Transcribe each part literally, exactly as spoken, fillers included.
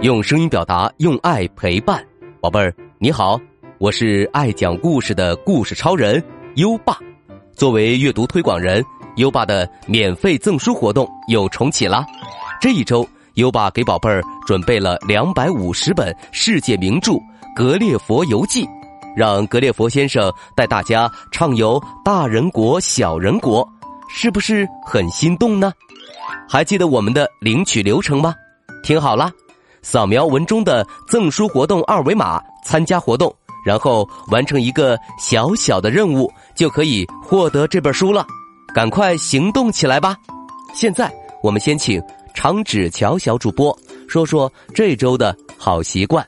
用声音表达，用爱陪伴。宝贝儿，你好，我是爱讲故事的故事超人优爸。作为阅读推广人，优爸的免费赠书活动又重启了。这一周，优爸给宝贝儿准备了两百五十本世界名著《格列佛游记》，让格列佛先生带大家畅游大人国、小人国，是不是很心动呢？还记得我们的领取流程吗？听好了，扫描文中的赠书活动二维码，参加活动，然后完成一个小小的任务，就可以获得这本书了。赶快行动起来吧！现在我们先请常芷乔小主播说说这周的好习惯。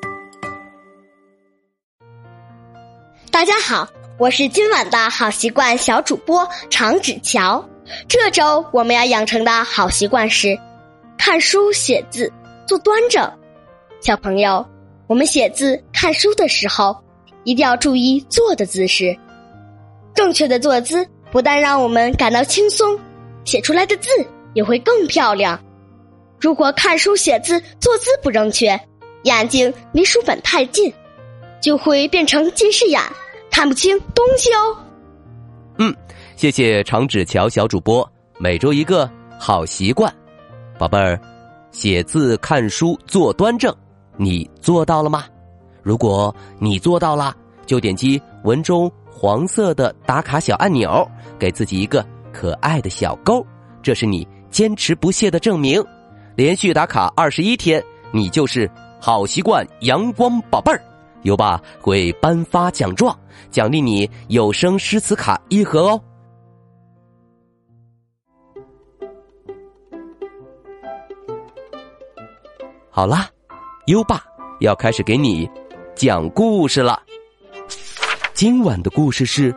大家好，我是今晚的好习惯小主播常芷乔。这周我们要养成的好习惯是看书写字坐端正。小朋友，我们写字看书的时候一定要注意坐的姿势。正确的坐姿不但让我们感到轻松，写出来的字也会更漂亮。如果看书写字坐姿不正确，眼睛离书本太近，就会变成近视眼，看不清东西哦。 嗯，谢谢常芷乔小主播，每周一个好习惯。宝贝儿，写字看书坐端正，你做到了吗？如果你做到了，就点击文中黄色的打卡小按钮，给自己一个可爱的小勾，这是你坚持不懈的证明。连续打卡二十一天，你就是好习惯阳光宝贝儿。优爸会颁发奖状，奖励你有声诗词卡一盒哦。好啦，优爸要开始给你讲故事了。今晚的故事是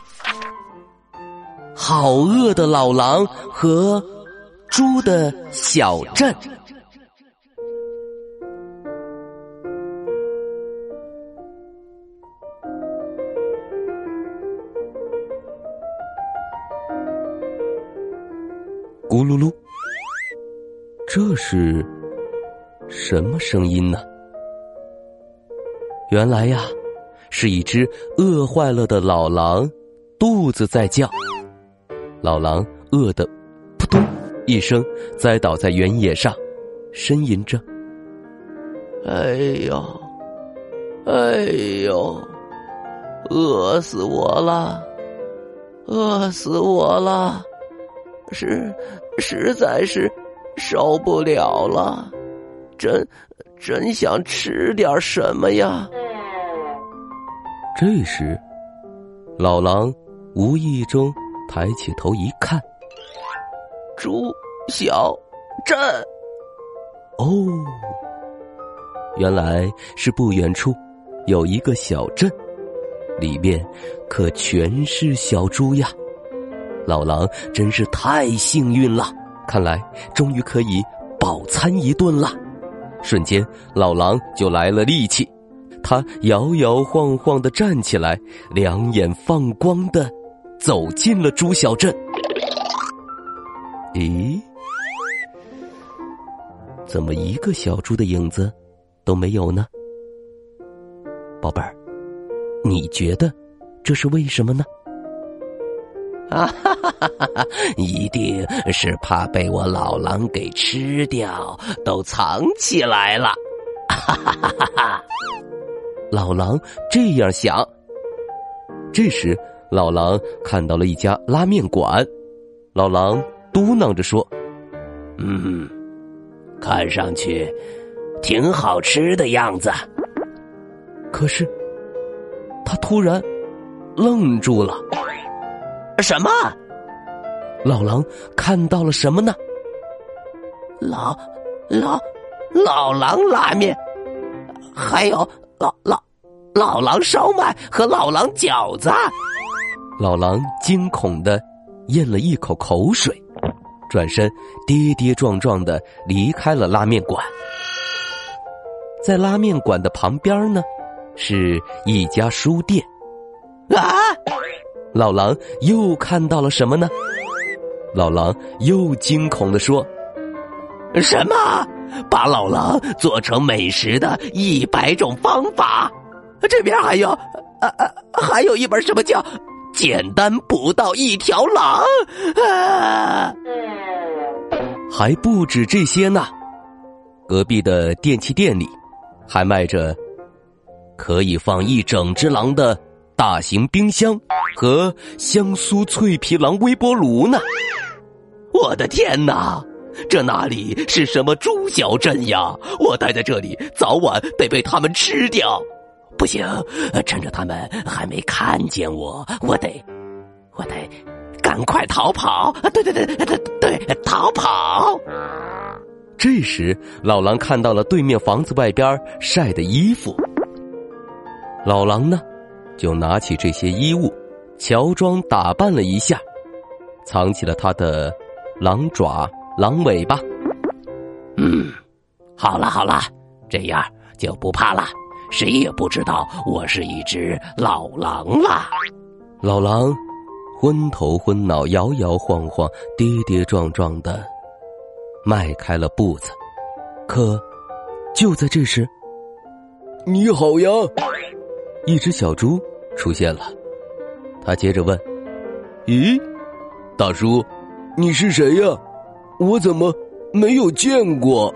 好饿的老狼和猪的小镇。咕噜噜，这是什么声音呢？原来呀，是一只饿坏了的老狼肚子在叫。老狼饿得扑通一声栽倒在原野上，呻吟着：哎呦哎呦，饿死我了，饿死我了，实实在是受不了了，真真想吃点什么呀。这时老狼无意中抬起头一看，猪小镇。哦，原来是不远处有一个小镇，里面可全是小猪呀。老狼真是太幸运了，看来终于可以饱餐一顿了。瞬间老狼就来了力气，他摇摇晃晃地站起来，两眼放光地走进了猪小镇。咦，怎么一个小猪的影子都没有呢？宝贝儿，你觉得这是为什么呢？啊哈哈哈哈！一定是怕被我老狼给吃掉，都藏起来了。哈哈哈哈哈！老狼这样想。这时，老狼看到了一家拉面馆，老狼嘟囔着说：“嗯，看上去挺好吃的样子。”可是，他突然愣住了。什么？老狼看到了什么呢？老老老狼拉面，还有老老老狼烧麦和老狼饺子。老狼惊恐地咽了一口口水，转身跌跌撞撞地离开了拉面馆。在拉面馆的旁边呢，是一家书店。啊！老狼又看到了什么呢？老狼又惊恐地说：“什么？ 把老狼做成美食的一百种方法。这边还有，啊啊，还有一本什么叫《简单捕到一条狼》啊！还不止这些呢，隔壁的电器店里还卖着可以放一整只狼的大型冰箱和香酥脆皮狼微波炉呢。我的天哪，这哪里是什么猪小镇呀？我待在这里早晚得被他们吃掉。不行，趁着他们还没看见我，我得我得赶快逃跑！对对对对对对，逃跑！这时，老狼看到了对面房子外边晒的衣服。老狼呢，就拿起这些衣物，乔装打扮了一下，藏起了他的狼爪、狼尾巴。嗯，好了好了，这样就不怕了，谁也不知道我是一只老狼了。老狼昏头昏脑，摇摇晃晃，跌跌撞撞的迈开了步子。可就在这时，你好呀，一只小猪出现了。他接着问，咦，大叔，你是谁呀？我怎么没有见过？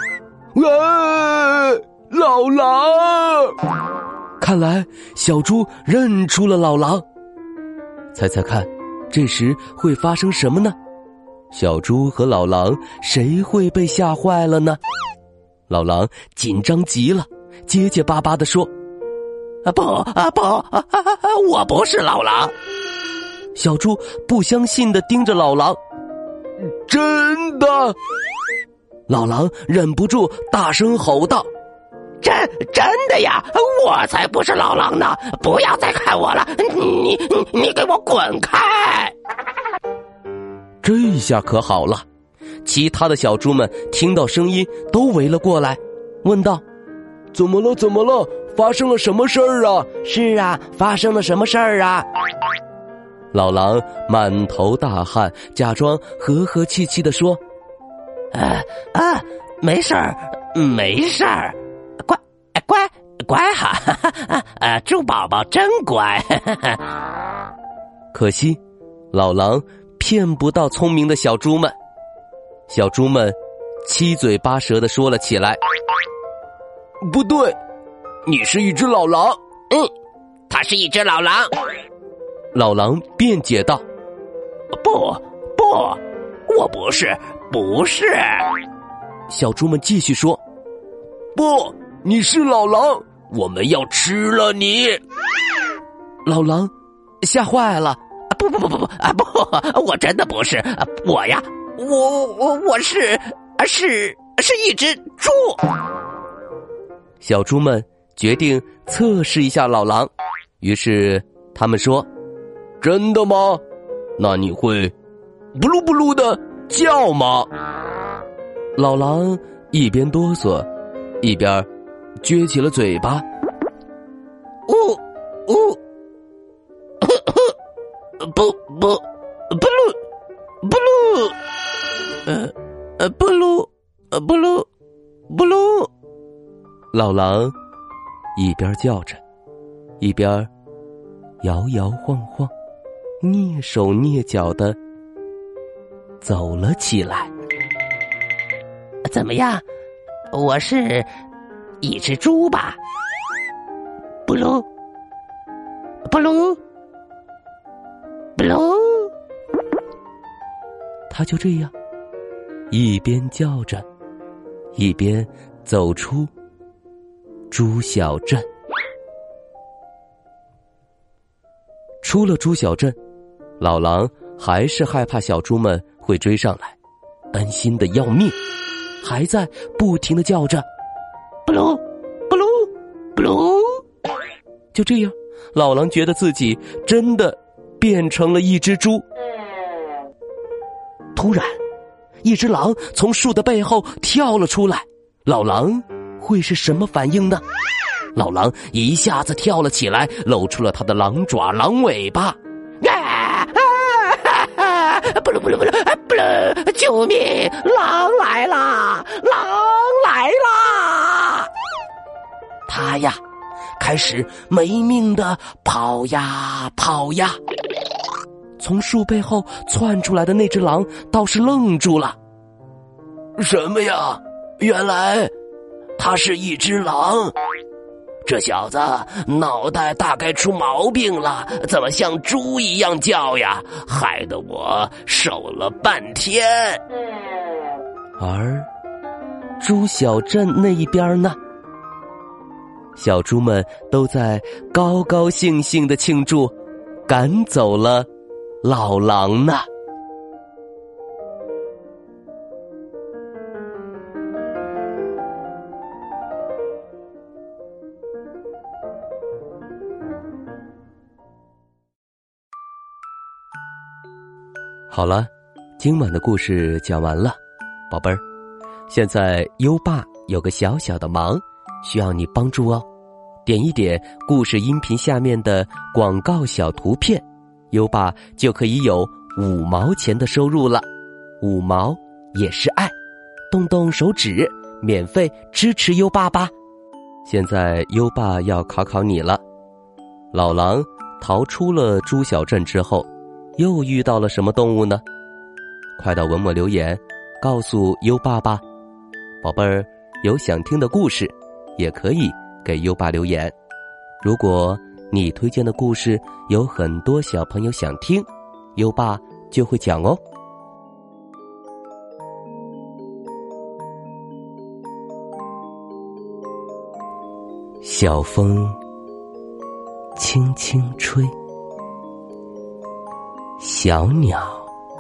啊，老狼！看来小猪认出了老狼。猜猜看，这时会发生什么呢？小猪和老狼谁会被吓坏了呢？老狼紧张极了，结结巴巴地说，啊不啊不啊啊啊，我不是老狼。小猪不相信地盯着老狼，真的？老狼忍不住大声吼道，真真的呀，我才不是老狼呢！不要再看我了，你你你给我滚开！这下可好了，其他的小猪们听到声音都围了过来，问道，怎么了怎么了？发生了什么事儿啊？是啊，发生了什么事儿啊？老狼满头大汗，假装和和气气地说，呃啊，没事儿没事儿，乖乖乖哈，哈哈啊，猪宝宝真乖。哈哈。可惜老狼骗不到聪明的小猪们，小猪们七嘴八舌地说了起来，不对，你是一只老狼。嗯，他是一只老狼。老狼辩解道，不不，我不是不是。小猪们继续说，不，你是老狼，我们要吃了你。老狼吓坏了，不不不不不啊不，我真的不是，我呀，我我我是是是一只猪。小猪们决定测试一下老狼，于是他们说，真的吗？那你会布噜布噜的叫吗？老狼一边哆嗦一边撅起了嘴巴，呜呜，不不不噜不噜，呃呃不噜呃不噜不噜。老狼一边叫着，一边摇摇晃晃，蹑手蹑脚的走了起来。怎么样？我是一只猪吧？布噜布噜布噜。他就这样一边叫着，一边走出猪小镇。出了猪小镇，老狼还是害怕小猪们会追上来，担心的要命，还在不停地叫着布噜布噜布噜。就这样，老狼觉得自己真的变成了一只猪。突然，一只狼从树的背后跳了出来，老狼会是什么反应呢？老狼一下子跳了起来，露出了他的狼爪、狼尾巴。啊啊啊！ 不噜不噜不噜不噜！救命！狼来啦！狼来啦！他呀，开始没命的跑呀跑呀。从树背后窜出来的那只狼倒是愣住了。什么呀？原来他是一只狼。这小子脑袋大概出毛病了，怎么像猪一样叫呀？害得我守了半天。而猪小镇那一边呢？小猪们都在高高兴兴地庆祝，赶走了老狼呢。好了，今晚的故事讲完了，宝贝儿。现在优爸有个小小的忙，需要你帮助哦。点一点故事音频下面的广告小图片，优爸就可以有五毛钱的收入了。五毛也是爱，动动手指，免费支持优爸吧。现在优爸要考考你了。老狼逃出了猪小镇之后，又遇到了什么动物呢？快到文末留言告诉优爸吧。宝贝儿，有想听的故事也可以给优爸留言。如果你推荐的故事有很多小朋友想听，优爸就会讲哦。小风轻轻吹，小鸟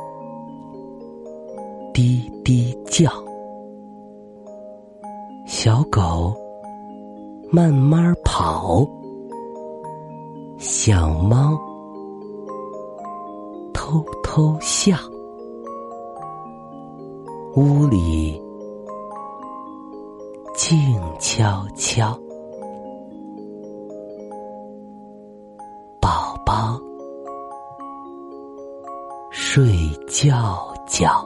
滴滴叫，小狗慢慢跑，小猫偷偷笑，屋里静悄悄，宝宝睡觉觉。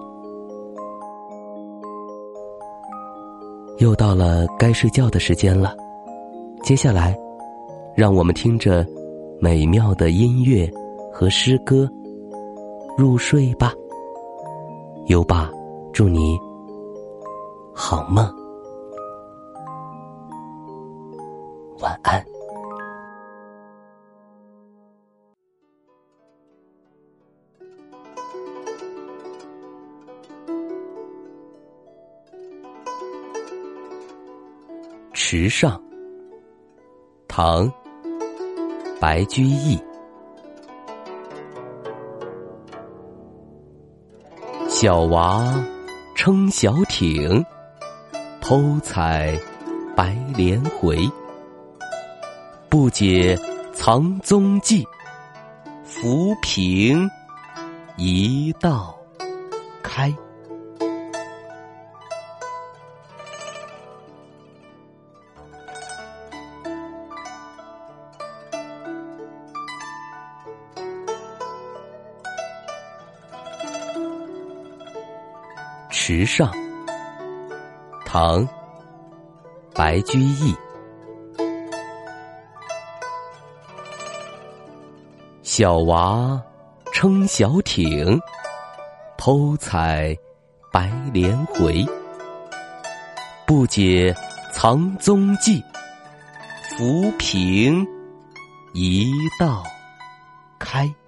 又到了该睡觉的时间了，接下来让我们听着美妙的音乐和诗歌入睡吧。优爸祝你好梦，晚安。池上，唐·白居易。小娃撑小艇，偷采白莲回。不解藏踪迹，浮萍一道开。池上，唐·白居易。小娃撑小艇，偷采白莲回。不解藏踪迹，浮萍一道开。